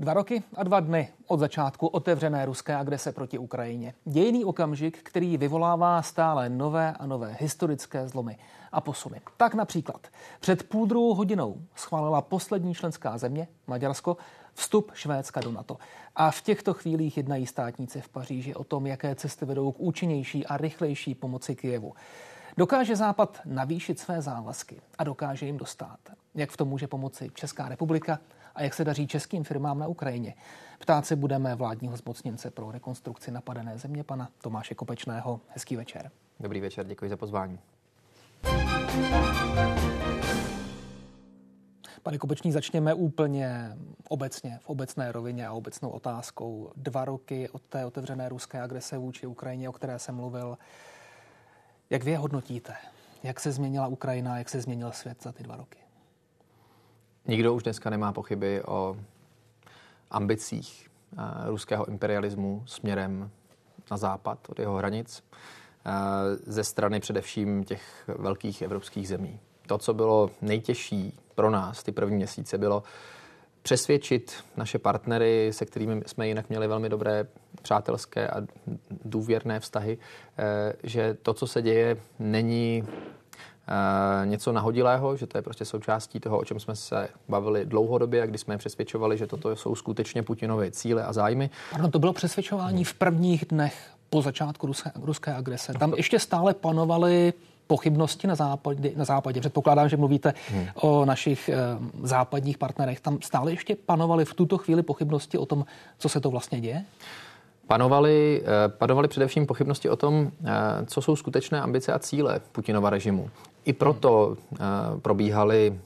2 roky a 2 dny od začátku otevřené ruské agrese proti Ukrajině. Dějinný okamžik, který vyvolává stále nové a nové historické zlomy a posuny. Tak například před 1,5 hodinou schválila poslední členská země, Maďarsko, vstup Švédska do NATO. A v těchto chvílích jednají státníci v Paříži o tom, jaké cesty vedou k účinnější a rychlejší pomoci Kyjevu. Dokáže Západ navýšit své závazky a dokáže jim dostát? Jak v tom může pomoci Česká republika a jak se daří českým firmám na Ukrajině? Ptát se budeme vládního zmocněnce pro rekonstrukci napadené země, pana Tomáše Kopečného. Hezký večer. Dobrý večer, děkuji za pozvání. Pane Kopečný, začněme úplně obecně, v obecné rovině a obecnou otázkou. 2 roky od té otevřené ruské agrese vůči Ukrajině, o které jsem mluvil. Jak vy je hodnotíte? Jak se změnila Ukrajina, jak se změnil svět za ty 2 roky? Nikdo už dneska nemá pochyby o ambicích ruského imperialismu směrem na západ od jeho hranic, ze strany především těch velkých evropských zemí. To, co bylo nejtěžší pro nás ty první měsíce, bylo přesvědčit naše partnery, se kterými jsme jinak měli velmi dobré přátelské a důvěrné vztahy, že to, co se děje, není něco nahodilého, že to je prostě součástí toho, o čem jsme se bavili dlouhodobě a kdy jsme je přesvědčovali, že toto jsou skutečně Putinovy cíle a zájmy. Pardon, to bylo přesvědčování v prvních dnech po začátku ruské agrese. Tam ještě stále panovaly pochybnosti na západě. Předpokládám, že mluvíte o našich západních partnerech. Tam stále ještě panovaly v tuto chvíli pochybnosti o tom, co se to vlastně děje? Panovaly především pochybnosti o tom, co jsou skutečné ambice a cíle Putinova režimu. I proto probíhaly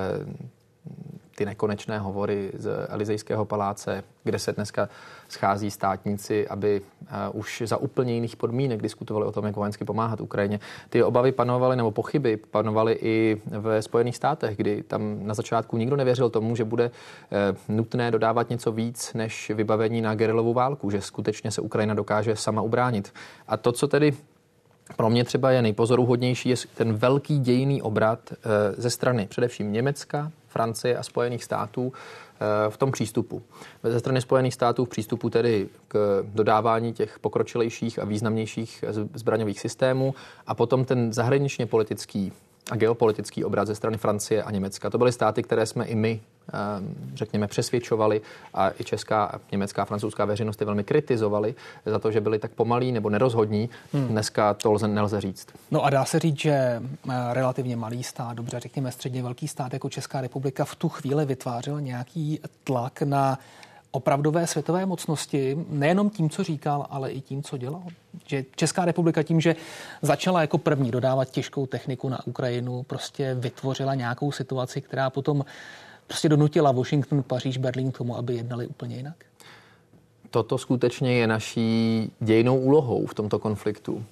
ty nekonečné hovory z Elizejského paláce, kde se dneska schází státníci, aby už za úplně jiných podmínek diskutovali o tom, jak vojensky pomáhat Ukrajině. Ty obavy panovaly, nebo pochyby panovaly i ve Spojených státech, kdy tam na začátku nikdo nevěřil tomu, že bude nutné dodávat něco víc než vybavení na gerilovou válku, že skutečně se Ukrajina dokáže sama ubránit. A to, co tedy pro mě třeba je nejpozoruhodnější, je ten velký dějinný obrat ze strany především Německa, Francie a Spojených států v tom přístupu. Ze strany Spojených států v přístupu tedy k dodávání těch pokročilejších a významnějších zbraňových systémů a potom ten zahraničně politický a geopolitický obrat ze strany Francie a Německa. To byly státy, které jsme i my, řekněme, přesvědčovali a i česká, německá, francouzská veřejnost je velmi kritizovali za to, že byli tak pomalí nebo nerozhodní. Dneska to nelze říct. No a dá se říct, že relativně malý stát, dobře řekněme středně velký stát jako Česká republika v tu chvíli vytvářel nějaký tlak na opravdové světové mocnosti, nejenom tím, co říkal, ale i tím, co dělal. Že Česká republika tím, že začala jako první dodávat těžkou techniku na Ukrajinu, prostě vytvořila nějakou situaci, která potom prostě donutila Washington, Paříž, Berlín k tomu, aby jednali úplně jinak. Toto skutečně je naší dějinnou úlohou v tomto konfliktu.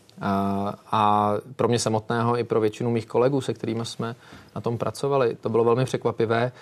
A pro mě samotného i pro většinu mých kolegů, se kterými jsme na tom pracovali, to bylo velmi překvapivé,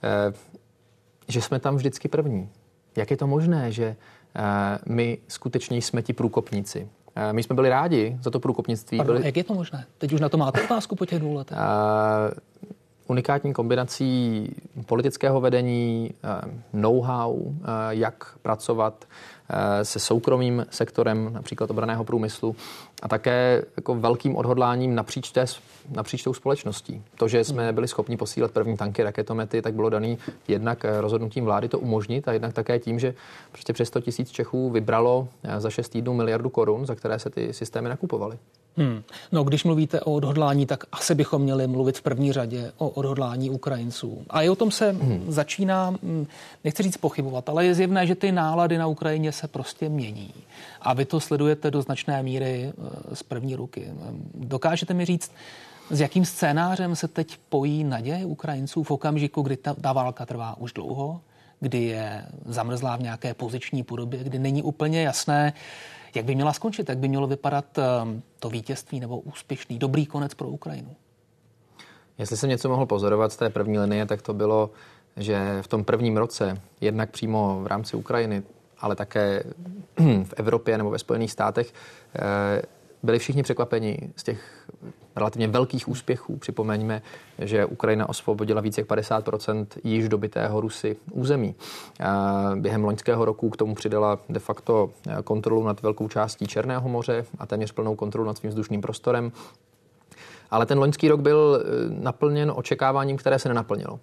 že jsme tam vždycky první. Jak je to možné, že my skutečně jsme ti průkopníci? My jsme byli rádi za to průkopnictví. Pardon, jak je to možné? Teď už na to máte otázku po těch 2 letech. Unikátní kombinací politického vedení, know-how, jak pracovat se soukromým sektorem, například obranného průmyslu, a také jako velkým odhodláním napříč tou společností. To, že jsme byli schopni posílat první tanky, raketomety, tak bylo daný jednak rozhodnutím vlády to umožnit a jednak také tím, že prostě přes 100 000 Čechů vybralo za 6 týdnů 1 miliardu korun, za které se ty systémy nakupovaly. No, když mluvíte o odhodlání, tak asi bychom měli mluvit v první řadě o odhodlání Ukrajinců. A i o tom se začíná, nechci říct pochybovat, ale je zjevné, že ty nálady na Ukrajině se prostě mění. A vy to sledujete do značné míry z první ruky. Dokážete mi říct, s jakým scénářem se teď pojí naděje Ukrajinců v okamžiku, kdy ta válka trvá už dlouho, kdy je zamrzlá v nějaké poziční podobě, kdy není úplně jasné, jak by měla skončit, jak by mělo vypadat to vítězství nebo úspěšný, dobrý konec pro Ukrajinu? Jestli jsem něco mohl pozorovat z té první linie, tak to bylo, že v tom prvním roce, jednak přímo v rámci Ukrajiny, ale také v Evropě nebo ve Spojených státech, byli všichni překvapeni z těch relativně velkých úspěchů. Připomeňme, že Ukrajina osvobodila více jak 50% již dobytého Rusy území. Během loňského roku k tomu přidala de facto kontrolu nad velkou částí Černého moře a téměř plnou kontrolu nad svým vzdušným prostorem. Ale ten loňský rok byl naplněn očekáváním, které se nenaplnilo.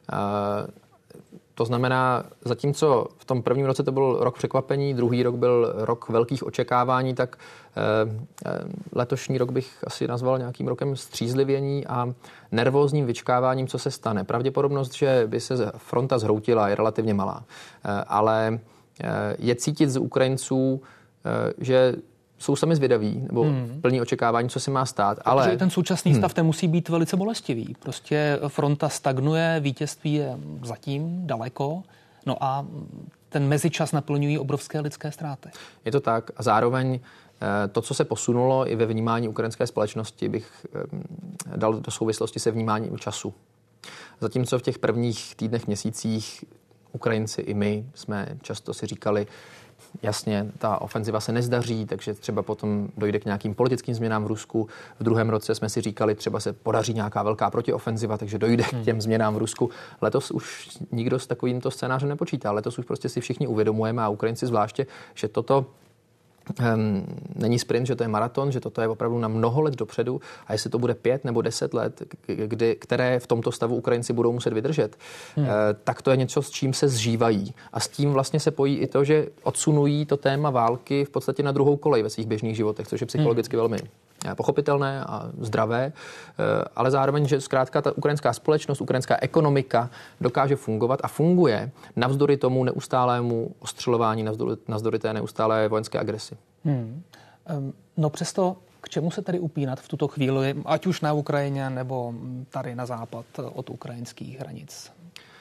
To znamená, zatímco v tom prvním roce to byl rok překvapení, druhý rok byl rok velkých očekávání, tak letošní rok bych asi nazval nějakým rokem střízlivění a nervózním vyčkáváním, co se stane. Pravděpodobnost, že by se fronta zhroutila, je relativně malá. Ale je cítit z Ukrajinců, že jsou sami zvědaví, nebo plní očekávání, co se má stát. Ale protože ten současný stav ten musí být velice bolestivý. Prostě fronta stagnuje, vítězství je zatím daleko, no a ten mezičas naplňují obrovské lidské ztráty. Je to tak a zároveň to, co se posunulo i ve vnímání ukrajinské společnosti, bych dal do souvislosti se vnímáním času. Zatímco v těch prvních týdnech, měsících Ukrajinci i my jsme často si říkali, jasně, ta ofenziva se nezdaří, takže třeba potom dojde k nějakým politickým změnám v Rusku. V druhém roce jsme si říkali, třeba se podaří nějaká velká protiofenziva, takže dojde k těm změnám v Rusku. Letos už nikdo s takovýmto scénářem nepočítá. Letos už prostě si všichni uvědomujeme, a Ukrajinci zvláště, že toto není sprint, že to je maraton, že toto je opravdu na mnoho let dopředu a jestli to bude 5 nebo 10 let, které v tomto stavu Ukrajinci budou muset vydržet, tak to je něco, s čím se zžívají. A s tím vlastně se pojí i to, že odsunují to téma války v podstatě na druhou kolej ve svých běžných životech, což je psychologicky velmi pochopitelné a zdravé, ale zároveň, že zkrátka ta ukrajinská společnost, ukrajinská ekonomika dokáže fungovat a funguje navzdory tomu neustálému ostřelování, navzdory té neustálé vojenské agresi. No přesto, k čemu se tady upínat v tuto chvíli, ať už na Ukrajině nebo tady na západ od ukrajinských hranic?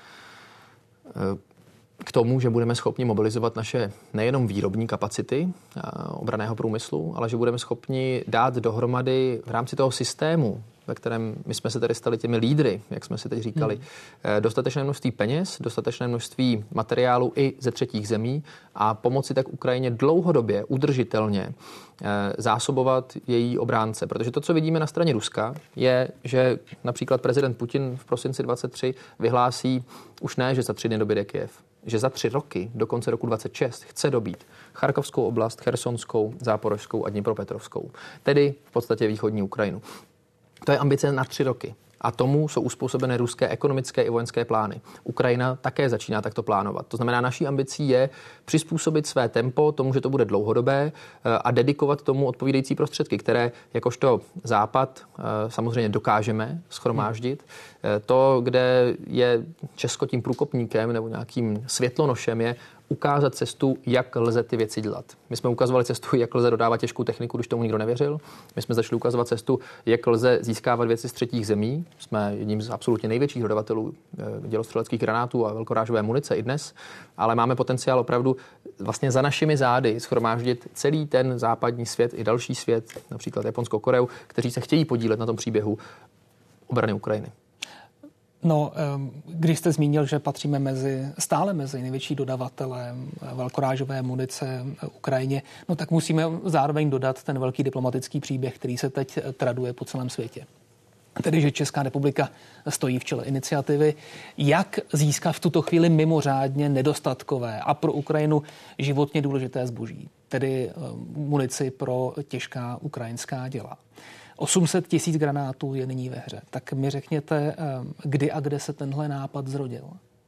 K tomu, že budeme schopni mobilizovat naše nejenom výrobní kapacity obranného průmyslu, ale že budeme schopni dát dohromady v rámci toho systému, ve kterém my jsme se tady stali těmi lídry, jak jsme si teď říkali, dostatečné množství peněz, dostatečné množství materiálu i ze třetích zemí a pomoci tak Ukrajině dlouhodobě, udržitelně zásobovat její obránce. Protože to, co vidíme na straně Ruska, je, že například prezident Putin v prosinci 23 vyhlásí už ne, že za 3 dny doběde Kyjev, že za 3 roky, do konce roku 26, chce dobít Charkovskou oblast, Chersonskou, Záporožskou a Dnipropetrovskou, tedy v podstatě východní Ukrajinu. To je ambice na 3 roky. A tomu jsou uspůsobené ruské ekonomické i vojenské plány. Ukrajina také začíná takto plánovat. To znamená, naší ambicí je přizpůsobit své tempo tomu, že to bude dlouhodobé a dedikovat tomu odpovídající prostředky, které jakožto Západ samozřejmě dokážeme shromáždit. To, kde je Česko tím průkopníkem nebo nějakým světlonošem, je ukázat cestu, jak lze ty věci dělat. My jsme ukazovali cestu, jak lze dodávat těžkou techniku, když tomu nikdo nevěřil. My jsme začali ukazovat cestu, jak lze získávat věci z třetích zemí. Jsme jedním z absolutně největších dodavatelů dělostřeleckých granátů a velkorážové munice i dnes, ale máme potenciál opravdu vlastně za našimi zády shromáždit celý ten západní svět i další svět, například Japonsko, Koreu, kteří se chtějí podílet na tom příběhu obrany Ukrajiny. No, když jste zmínil, že patříme stále mezi největší dodavatele velkorážové munice Ukrajině, no tak musíme zároveň dodat ten velký diplomatický příběh, který se teď traduje po celém světě. Tedy, že Česká republika stojí v čele iniciativy, jak získat v tuto chvíli mimořádně nedostatkové a pro Ukrajinu životně důležité zboží, tedy munici pro těžká ukrajinská děla. 800 000 granátů je nyní ve hře. Tak mi řekněte, kdy a kde se tenhle nápad zrodil?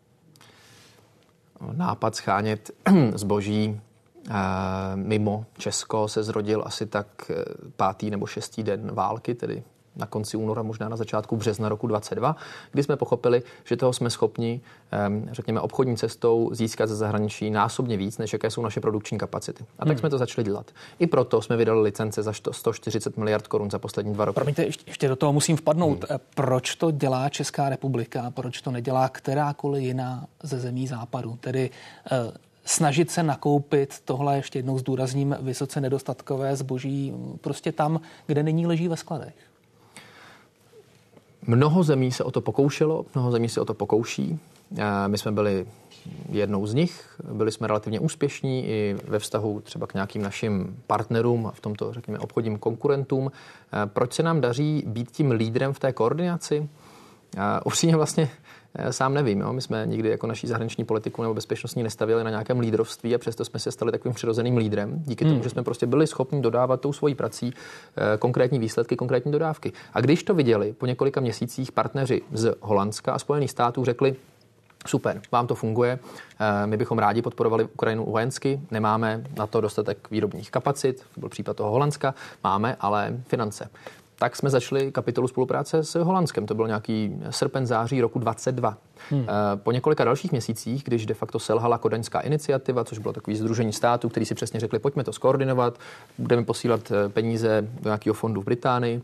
Nápad schánět zboží mimo Česko se zrodil asi tak 5. nebo 6. den války, tedy na konci února, možná na začátku března roku 2022, kdy jsme pochopili, že toho jsme schopni, řekněme, obchodní cestou získat ze zahraničí násobně víc, než jaké jsou naše produkční kapacity. A tak jsme to začali dělat. I proto jsme vydali licence za 140 miliard korun za poslední 2 roky. Promiňte, ještě do toho musím vpadnout. Proč to dělá Česká republika? Proč to nedělá kterákoliv jiná ze zemí západu? Tedy snažit se nakoupit tohle, ještě jednou zdůrazním, vysoce nedostatkové zboží prostě tam, kde nyní leží ve skladech. Mnoho zemí se o to pokoušelo, mnoho zemí se o to pokouší. My jsme byli jednou z nich, byli jsme relativně úspěšní i ve vztahu třeba k nějakým našim partnerům a v tomto, řekněme, obchodním konkurentům. Proč se nám daří být tím lídrem v té koordinaci? Upřímně vlastně sám nevím. Jo? My jsme nikdy jako naší zahraniční politiku nebo bezpečnostní nestavili na nějakém lídrovství a přesto jsme se stali takovým přirozeným lídrem. Díky tomu, že jsme prostě byli schopni dodávat tou svojí prací konkrétní výsledky, konkrétní dodávky. A když to viděli po několika měsících partneři z Holandska a Spojených států řekli, super, vám to funguje, my bychom rádi podporovali Ukrajinu vojensky, nemáme na to dostatek výrobních kapacit, to byl případ toho Holandska, máme ale finance. Tak jsme začali kapitolu spolupráce s Holandskem. To byl nějaký srpen, září roku 2022. Po několika dalších měsících, když de facto selhala Kodaňská iniciativa, což bylo takový sdružení států, který si přesně řekli, pojďme to skoordinovat, budeme posílat peníze do nějakého fondu v Británii.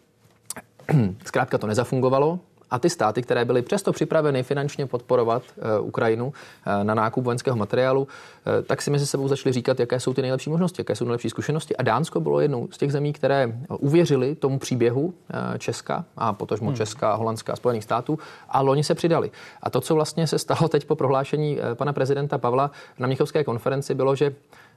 Zkrátka to nezafungovalo. A ty státy, které byly přesto připraveny finančně podporovat Ukrajinu na nákup vojenského materiálu, tak si mezi sebou začali říkat, jaké jsou ty nejlepší možnosti, jaké jsou nejlepší zkušenosti. A Dánsko bylo jednou z těch zemí, které uvěřili tomu příběhu Česka a potažmo Česka, Holandska a Spojených států a loni se přidali. A to, co vlastně se stalo teď po prohlášení pana prezidenta Pavla na Mnichovské konferenci, bylo, že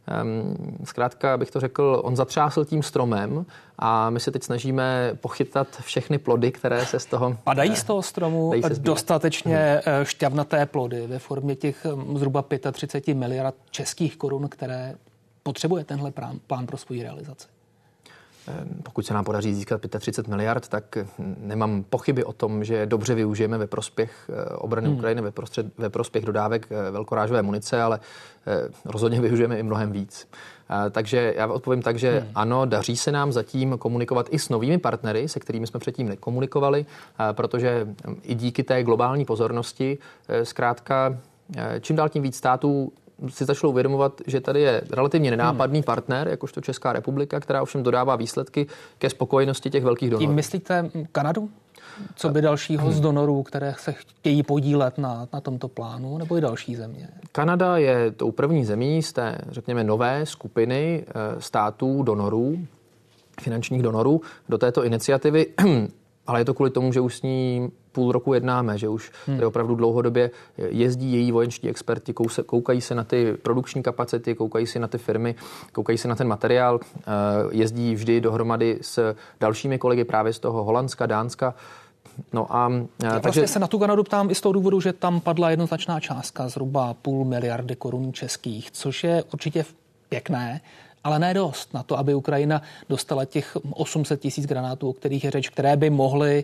zkrátka bych to řekl, on zatřásl tím stromem a my se teď snažíme pochytat všechny plody, které se z toho... Padají z toho stromu dostatečně šťavnaté plody ve formě těch zhruba 35 miliard českých korun, které potřebuje tenhle plán pro svou realizaci? Pokud se nám podaří získat 35 miliard, tak nemám pochyby o tom, že dobře využijeme ve prospěch obrany Ukrajiny, ve prospěch dodávek velkorážové munice, ale rozhodně využijeme i mnohem víc. Takže já odpovím tak, že ano, daří se nám zatím komunikovat i s novými partnery, se kterými jsme předtím nekomunikovali, protože i díky té globální pozornosti zkrátka čím dál tím víc států si začalo uvědomovat, že tady je relativně nenápadný partner, jakožto Česká republika, která ovšem dodává výsledky ke spokojenosti těch velkých donorů. Tím myslíte Kanadu? Co by dalšího z donorů, které se chtějí podílet na tomto plánu, nebo i další země? Kanada je tou první zemí z té, řekněme, nové skupiny států donorů, finančních donorů do této iniciativy, ale je to kvůli tomu, že už s ní půl roku jednáme, že už tady opravdu dlouhodobě jezdí její vojenští experti, koukají se na ty produkční kapacity, koukají se na ty firmy, koukají se na ten materiál, jezdí vždy dohromady s dalšími kolegy právě z toho Holandska, Dánska. No a takže vlastně se na tu Kanadu ptám i z toho důvodu, že tam padla jednoznačná částka, zhruba 0,5 miliardy korun českých, což je určitě pěkné, ale ne dost na to, aby Ukrajina dostala těch 800 000 granátů, o kterých je řeč, které by mohly,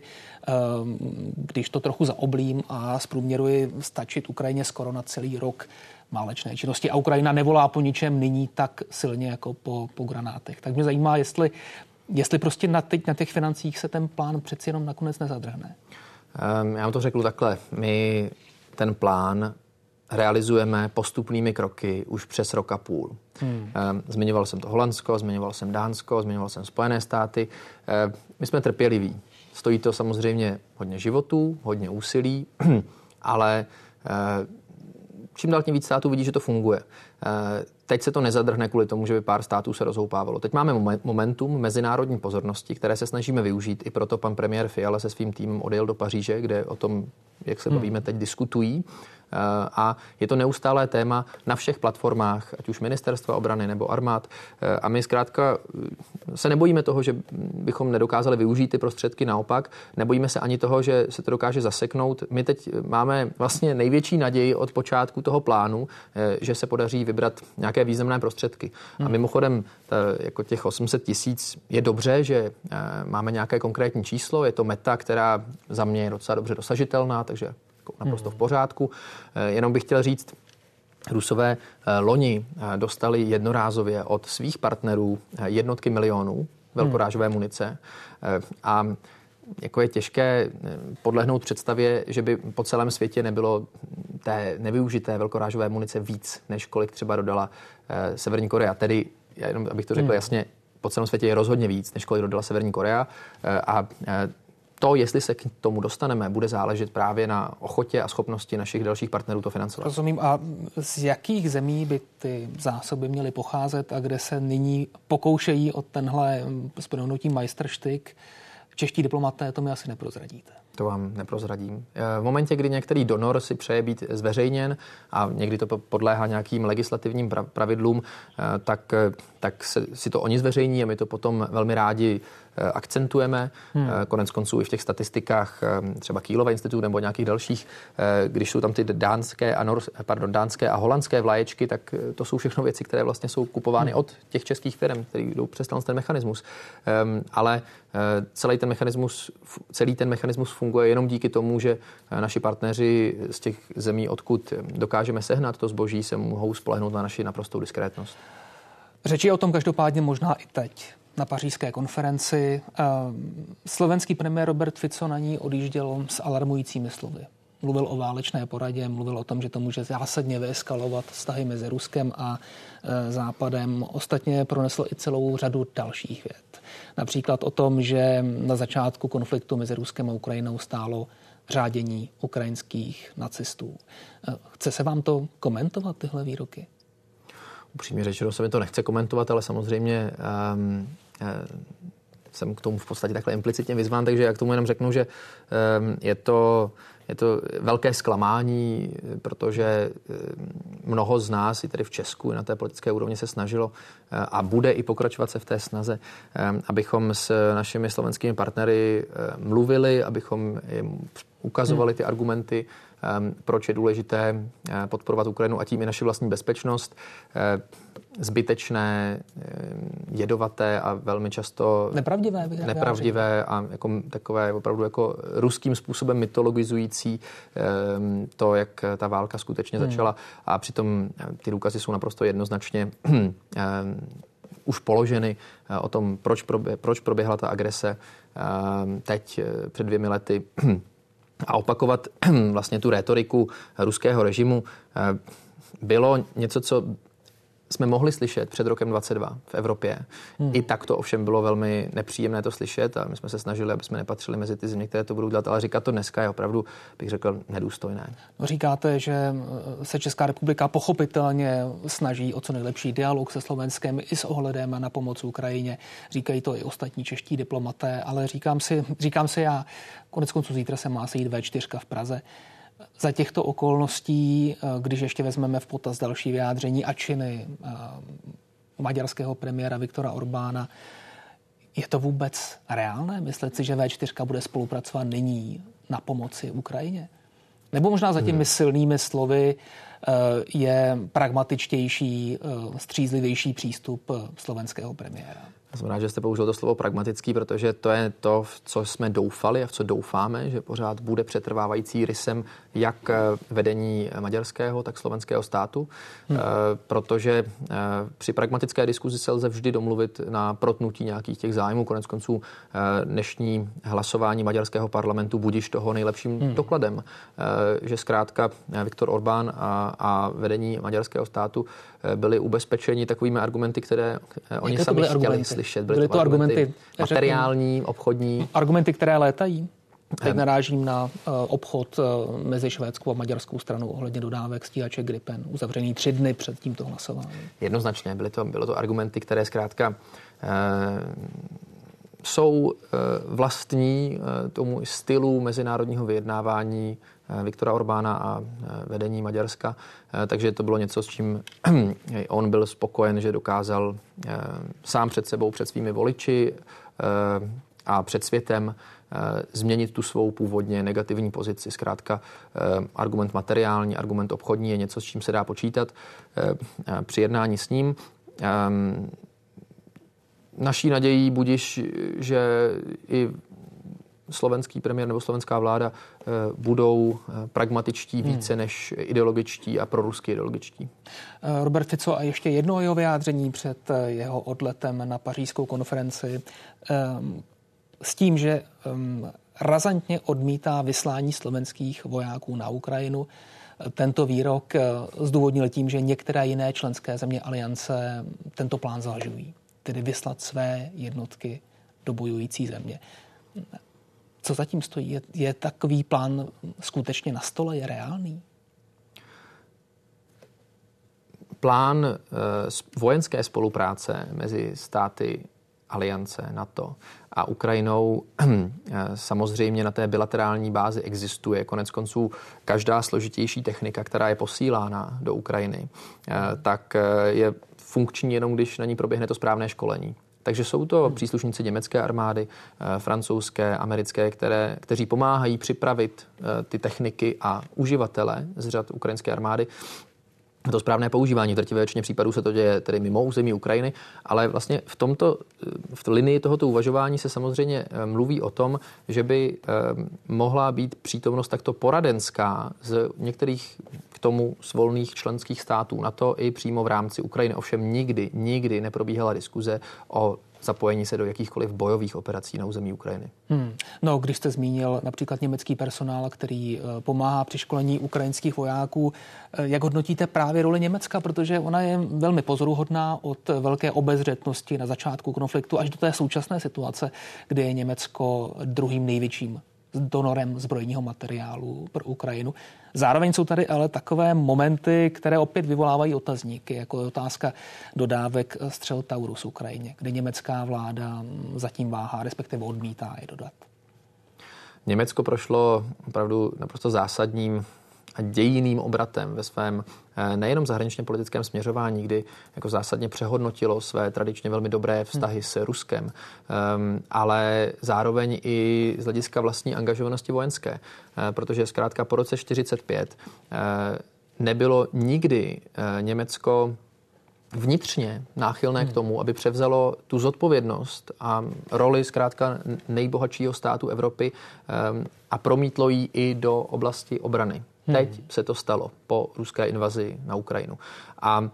když to trochu zaoblím a zprůměruji, stačit Ukrajině skoro na celý rok válečné činnosti. A Ukrajina nevolá po ničem nyní tak silně jako po granátech. Tak mě zajímá, jestli prostě na těch financích se ten plán přeci jenom nakonec nezadrhne. Já vám to řeknu takhle. My ten plán realizujeme postupnými kroky už přes rok a půl. Zmiňoval jsem to Holandsko, zmiňoval jsem Dánsko, zmiňoval jsem Spojené státy. My jsme trpěliví. Stojí to samozřejmě hodně životů, hodně úsilí, ale čím dál tím víc států vidí, že to funguje. Teď se to nezadrhne kvůli tomu, že by pár států se rozhoupávalo. Teď máme momentum mezinárodní pozornosti, které se snažíme využít. I proto pan premiér Fiala se svým týmem odjel do Paříže, kde o tom, jak se bavíme teď, diskutují. A je to neustálé téma na všech platformách, ať už ministerstva obrany nebo armád. A my zkrátka se nebojíme toho, že bychom nedokázali využít ty prostředky, naopak. Nebojíme se ani toho, že se to dokáže zaseknout. My teď máme vlastně největší naději od počátku toho plánu, že se podaří vybrat nějaké významné prostředky. A mimochodem, jako těch 800 000 je dobře, že máme nějaké konkrétní číslo. Je to meta, která za mě je docela dobře dosažitelná, takže naprosto v pořádku. Jenom bych chtěl říct, Rusové loni dostali jednorázově od svých partnerů jednotky milionů velkorážové munice a jako je těžké podlehnout představě, že by po celém světě nebylo té nevyužité velkorážové munice víc, než kolik třeba dodala Severní Korea. Tedy, jenom abych to řekl jasně, po celém světě je rozhodně víc, než kolik dodala Severní Korea a to, jestli se k tomu dostaneme, bude záležet právě na ochotě a schopnosti našich dalších partnerů to financovat. Rozumím. A z jakých zemí by ty zásoby měly pocházet a kde se nyní pokoušejí o tenhle s proměnutím majstrštyk Čeští diplomaté, to mi asi neprozradíte. To vám neprozradím. V momentě, kdy některý donor si přeje být zveřejněn a někdy to podléhá nějakým legislativním pravidlům, tak si to oni zveřejní a my to potom velmi rádi akcentujeme. Konec konců i v těch statistikách třeba Kielova institutu nebo nějakých dalších, když jsou tam ty dánské a holandské vlaječky, tak to jsou všechno věci, které vlastně jsou kupovány od těch českých firm, které jdou přes ten mechanismus. Ale celý ten mechanismus funguje jenom díky tomu, že naši partneři z těch zemí, odkud dokážeme sehnat to zboží, se mohou spolehnout na naši naprostou diskrétnost. Řeči o tom každopádně možná i teď. Na pařížské konferenci slovenský premiér Robert Fico na ní odjížděl s alarmujícími slovy. Mluvil o válečné poradě, mluvil o tom, že to může zásadně vyeskalovat vztahy mezi Ruskem a Západem. Ostatně pronesl i celou řadu dalších vět. Například o tom, že na začátku konfliktu mezi Ruskem a Ukrajinou stálo řádění ukrajinských nacistů. Chce se vám to komentovat, tyhle výroky? Upřímně řečeno se mi to nechce komentovat, ale samozřejmě jsem k tomu v podstatě takhle implicitně vyzván, takže já k tomu jenom řeknu, že je to velké zklamání, protože mnoho z nás i tady v Česku i na té politické úrovni se snažilo a bude i pokračovat se v té snaze, abychom s našimi slovenskými partnery mluvili, abychom jim ukazovali ty argumenty, proč je důležité podporovat Ukrajinu a tím i naši vlastní bezpečnost. Zbytečné, jedovaté a velmi často nepravdivé a jako takové opravdu jako ruským způsobem mytologizující to, jak ta válka skutečně začala. A přitom ty důkazy jsou naprosto jednoznačně už položeny o tom, proč proběhla ta agrese teď před 2 lety. A opakovat vlastně tu rétoriku ruského režimu bylo něco, co jsme mohli slyšet před rokem 2022 v Evropě. I tak to ovšem bylo velmi nepříjemné to slyšet a my jsme se snažili, aby jsme nepatřili mezi ty země, které to budou dělat, ale říkat to dneska je opravdu, bych řekl, nedůstojné. No, říkáte, že se Česká republika pochopitelně snaží o co nejlepší dialog se Slovenskem i s ohledem na pomoc Ukrajině. Říkají to i ostatní čeští diplomaté, ale říkám si já, koneckonců zítra se má sejít V4 v Praze. Za těchto okolností, když ještě vezmeme v potaz další vyjádření a činy maďarského premiéra Viktora Orbána, je to vůbec reálné? Myslet si, že V4 bude spolupracovat nyní na pomoci Ukrajině? Nebo možná za těmi silnými slovy je pragmatičtější, střízlivější přístup slovenského premiéra? Já jsem rád, že jste použil to slovo pragmatický, protože to je to, v co jsme doufali a v co doufáme, že pořád bude přetrvávající rysem jak vedení maďarského, tak slovenského státu, protože při pragmatické diskuzi se lze vždy domluvit na protnutí nějakých těch zájmů. Konec konců dnešní hlasování maďarského parlamentu budiž toho nejlepším dokladem, že zkrátka Viktor Orbán a vedení maďarského státu byli ubezpečeni takovými argumenty, které oni sami chtěli slyšet. Byly to argumenty materiální, obchodní. Argumenty, které létají. Teď narážím na obchod mezi švédskou a maďarskou stranou ohledně dodávek stíhače Gripen, uzavřený 3 dny před tímto hlasováním. Jednoznačně. Bylo to argumenty, které zkrátka jsou vlastní tomu stylu mezinárodního vyjednávání Viktora Orbána a vedení Maďarska. Takže to bylo něco, s čím on byl spokojen, že dokázal sám před sebou, před svými voliči a před světem změnit tu svou původně negativní pozici. Zkrátka argument materiální, argument obchodní je něco, s čím se dá počítat při jednání s ním. Naší nadějí budiž, že i slovenský premiér nebo slovenská vláda budou pragmatičtí více než ideologičtí a prorusky ideologičtí. Robert Fico a ještě jedno jeho vyjádření před jeho odletem na pařížskou konferenci s tím, že razantně odmítá vyslání slovenských vojáků na Ukrajinu. Tento výrok zdůvodnil tím, že některé jiné členské země aliance tento plán zvažují, tedy vyslat své jednotky do bojující země. Co zatím stojí? Je takový plán skutečně na stole? Je reálný? Plán vojenské spolupráce mezi státy aliance NATO a Ukrajinou samozřejmě na té bilaterální bázi existuje. Konec konců každá složitější technika, která je posílána do Ukrajiny, tak je funkční jenom, když na ní proběhne to správné školení. Takže jsou to příslušníci německé armády, francouzské, americké, kteří pomáhají připravit ty techniky a uživatele z řad ukrajinské armády to správné používání. V drtivé většině případů se to děje tedy mimo území Ukrajiny, ale vlastně v linii tohoto uvažování se samozřejmě mluví o tom, že by mohla být přítomnost takto poradenská z některých k tomu svolných členských států NATO i přímo v rámci Ukrajiny. Ovšem nikdy neprobíhala diskuze o zapojení se do jakýchkoliv bojových operací na území Ukrajiny. No, když jste zmínil například německý personál, který pomáhá při školení ukrajinských vojáků, jak hodnotíte právě roli Německa, protože ona je velmi pozoruhodná od velké obezřetnosti na začátku konfliktu až do té současné situace, kdy je Německo druhým největším donorem zbrojního materiálu pro Ukrajinu. Zároveň jsou tady ale takové momenty, které opět vyvolávají otazníky, jako je otázka dodávek střel Taurus Ukrajině, kde německá vláda zatím váhá, respektive odmítá je dodat. Německo prošlo opravdu naprosto zásadním a dějinným obratem ve svém nejenom zahraničně politickém směřování, kdy jako zásadně přehodnotilo své tradičně velmi dobré vztahy s Ruskem, ale zároveň i z hlediska vlastní angažovanosti vojenské, protože zkrátka po roce 1945 nebylo nikdy Německo vnitřně náchylné k tomu, aby převzalo tu zodpovědnost a roli zkrátka nejbohatšího státu Evropy a promítlo ji i do oblasti obrany. Teď se to stalo po ruské invazi na Ukrajinu. A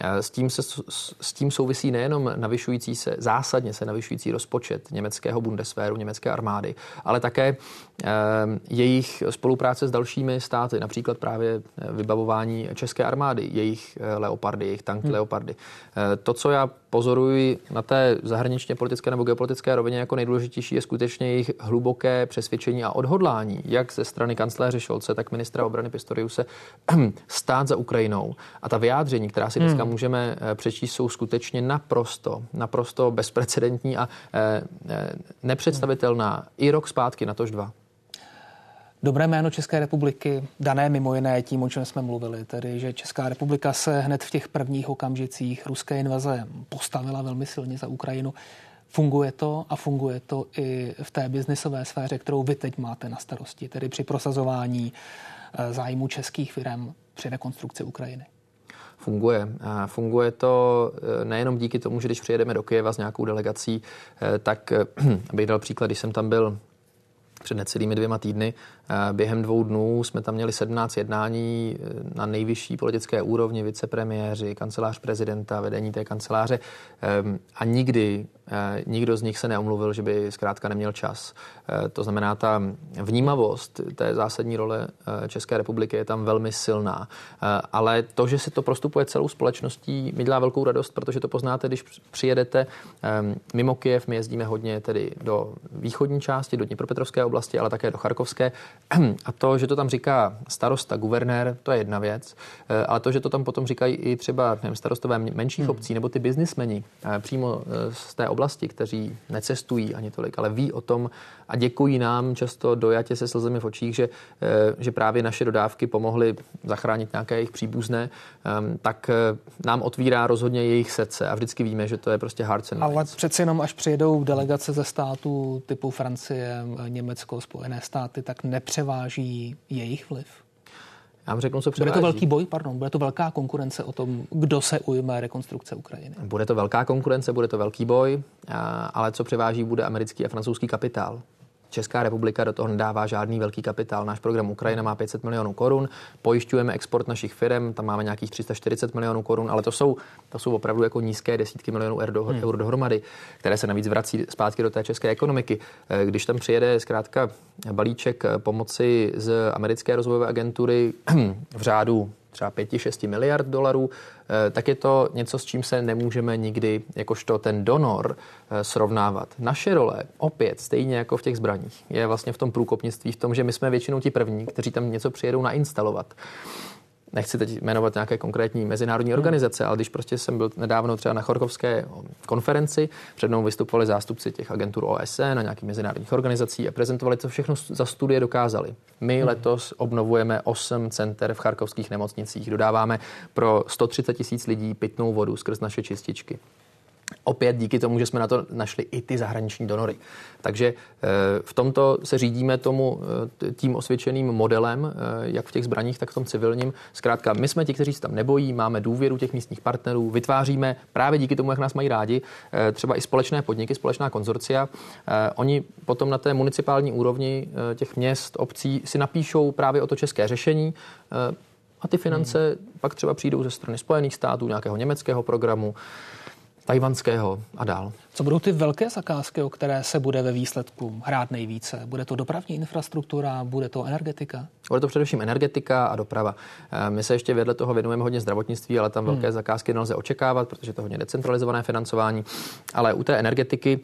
s tím souvisí nejenom zásadně se navyšující rozpočet německého Bundeswehru, německé armády, ale také jejich spolupráce s dalšími státy, například právě vybavování české armády, jejich leopardy, jejich tanky leopardy. To, co já pozoruji na té zahraničně politické nebo geopolitické rovině jako nejdůležitější, je skutečně jejich hluboké přesvědčení a odhodlání, jak ze strany kancléře Scholze, tak ministra obrany Pistoriuse, stát za Ukrajinou. A ta vyjádření, která si dneska můžeme přečíst, jsou skutečně naprosto bezprecedentní a nepředstavitelná i rok zpátky, natož 2. Dobré jméno České republiky, dané mimo jiné tím, o čem jsme mluvili, tedy že Česká republika se hned v těch prvních okamžicích ruské invaze postavila velmi silně za Ukrajinu. Funguje to a funguje to i v té biznisové sféře, kterou vy teď máte na starosti, tedy při prosazování zájmu českých firem při rekonstrukci Ukrajiny. Funguje to nejenom díky tomu, že když přijedeme do Kyjeva s nějakou delegací, tak abych dal příklad, když jsem tam byl před necelými 2 týdny. Během 2 dnů jsme tam měli 17 jednání na nejvyšší politické úrovni, vicepremiéři, kancelář prezidenta, vedení té kanceláře a nikdo z nich se neomluvil, že by zkrátka neměl čas. To znamená, ta vnímavost té zásadní role České republiky je tam velmi silná. Ale to, že se to prostupuje celou společností, mi dělá velkou radost, protože to poznáte, když přijedete mimo Kyjev. My jezdíme hodně tedy do východní části, do Dněpropetrovské oblasti, ale také do Charkovské. A to, že to tam říká starosta, guvernér, to je jedna věc, ale to, že to tam potom říkají i třeba starostové menších obcí nebo ty biznismeni přímo z té oblasti, kteří necestují ani tolik, ale ví o tom a děkují nám často dojatě se slzemi v očích, že právě naše dodávky pomohly zachránit nějaké jejich příbuzné, tak nám otvírá rozhodně jejich srdce a vždycky víme, že to je prostě hearts and minds. Ale přeci jenom, až přijedou delegace ze států typu Francie, Německo, Spojené státy, tak nepřeváží jejich vliv. Já vám řeknu, co převáží. Bude to velký boj, bude to velká konkurence o tom, kdo se ujme rekonstrukce Ukrajiny. Bude to velká konkurence, bude to velký boj, ale co převáží, bude americký a francouzský kapitál. Česká republika do toho nedává žádný velký kapitál. Náš program Ukrajina má 500 milionů korun, pojišťujeme export našich firem, tam máme nějakých 340 milionů korun, ale to jsou opravdu jako nízké desítky milionů eur dohromady, které se navíc vrací zpátky do té české ekonomiky. Když tam přijede zkrátka balíček pomoci z americké rozvojové agentury v řádu třeba 5-6 miliard dolarů, tak je to něco, s čím se nemůžeme nikdy jakožto ten donor srovnávat. Naše role, opět, stejně jako v těch zbraních, je vlastně v tom průkopnictví, v tom, že my jsme většinou ti první, kteří tam něco přijedou nainstalovat. nechci teď jmenovat nějaké konkrétní mezinárodní organizace, ale když prostě jsem byl nedávno třeba na Chorkovské konferenci, před mnou vystupovali zástupci těch agentur OSN a nějakých mezinárodních organizací a prezentovali, co všechno za studie dokázali. My letos obnovujeme 8 center v charkovských nemocnicích, dodáváme pro 130 000 lidí pitnou vodu skrz naše čističky. Opět díky tomu, že jsme na to našli i ty zahraniční donory. Takže v tomto se řídíme tím osvědčeným modelem, jak v těch zbraních, tak v tom civilním. Zkrátka, my jsme ti, kteří se tam nebojí, máme důvěru těch místních partnerů, vytváříme právě díky tomu, jak nás mají rádi, třeba i společné podniky, společná konzorcia. Oni potom na té municipální úrovni těch měst, obcí si napíšou právě o to české řešení a ty finance pak třeba přijdou ze strany Spojených států, nějakého německého programu, tajvanského a dál. Co budou ty velké zakázky, o které se bude ve výsledku hrát nejvíce? Bude to dopravní infrastruktura, bude to energetika? Bude to především energetika a doprava. My se ještě vedle toho věnujeme hodně zdravotnictví, ale tam velké zakázky nelze očekávat, protože to je hodně decentralizované financování. Ale u té energetiky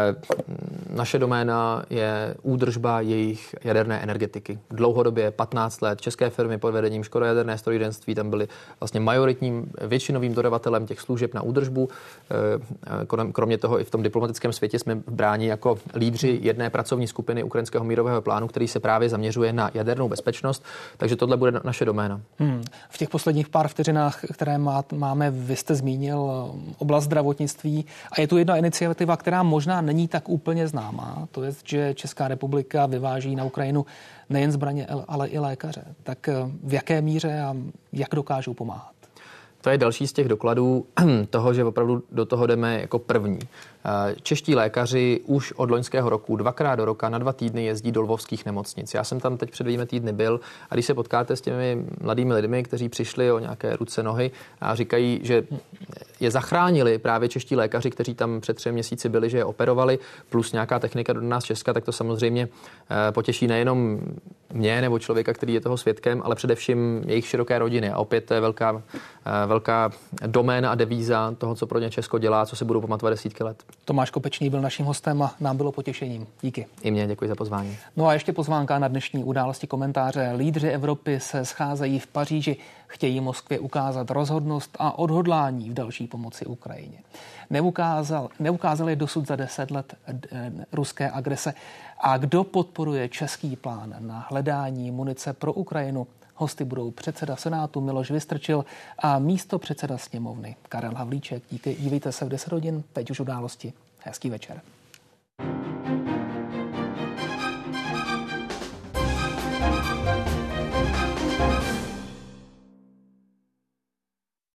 naše doména je údržba jejich jaderné energetiky. Dlouhodobě 15 let české firmy pod vedením Škoda jaderné strojírenství tam byly vlastně majoritním většinovým dodavatelem těch služeb na údržbu. Kromě toho i v tom diplomatickém světě jsme bráni jako lídři jedné pracovní skupiny ukrajinského mírového plánu, který se právě zaměřuje na jadernou bezpečnost, takže tohle bude naše doména. V těch posledních pár vteřinách, které máme, vy jste zmínil oblast zdravotnictví a je tu jedna iniciativa, která možná není tak úplně známá, to je, že Česká republika vyváží na Ukrajinu nejen zbraně, ale i lékaře. Tak v jaké míře a jak dokážou pomáhat? To je další z těch dokladů toho, že opravdu do toho jdeme jako první. Čeští lékaři už od loňského roku 2krát do roka na 2 týdny jezdí do lvovských nemocnic. Já jsem tam teď před 2 týdny byl a když se potkáte s těmi mladými lidmi, kteří přišli o nějaké ruce, nohy a říkají, že je zachránili právě čeští lékaři, kteří tam před 3 měsíci byli, že je operovali, plus nějaká technika do nás Česka, tak to samozřejmě potěší nejenom mě nebo člověka, který je toho svědkem, ale především jejich široké rodiny. A opět to je velká doména a devíza toho, co pro ně Česko dělá, co si budou pamatovat desítky let. Tomáš Kopečný byl naším hostem a nám bylo potěšením. Díky. I mě, děkuji za pozvání. No a ještě pozvánka na dnešní Události komentáře. Lídři Evropy se scházejí v Paříži, chtějí Moskvě ukázat rozhodnost a odhodlání v další pomoci Ukrajině. Neukázali dosud za 10 let ruské agrese. A kdo podporuje český plán na hledání munice pro Ukrajinu? Hosty budou předseda Senátu Miloš Vystrčil a místopředseda sněmovny Karel Havlíček. Dívejte se v 10 hodin, teď už Události. Hezký večer.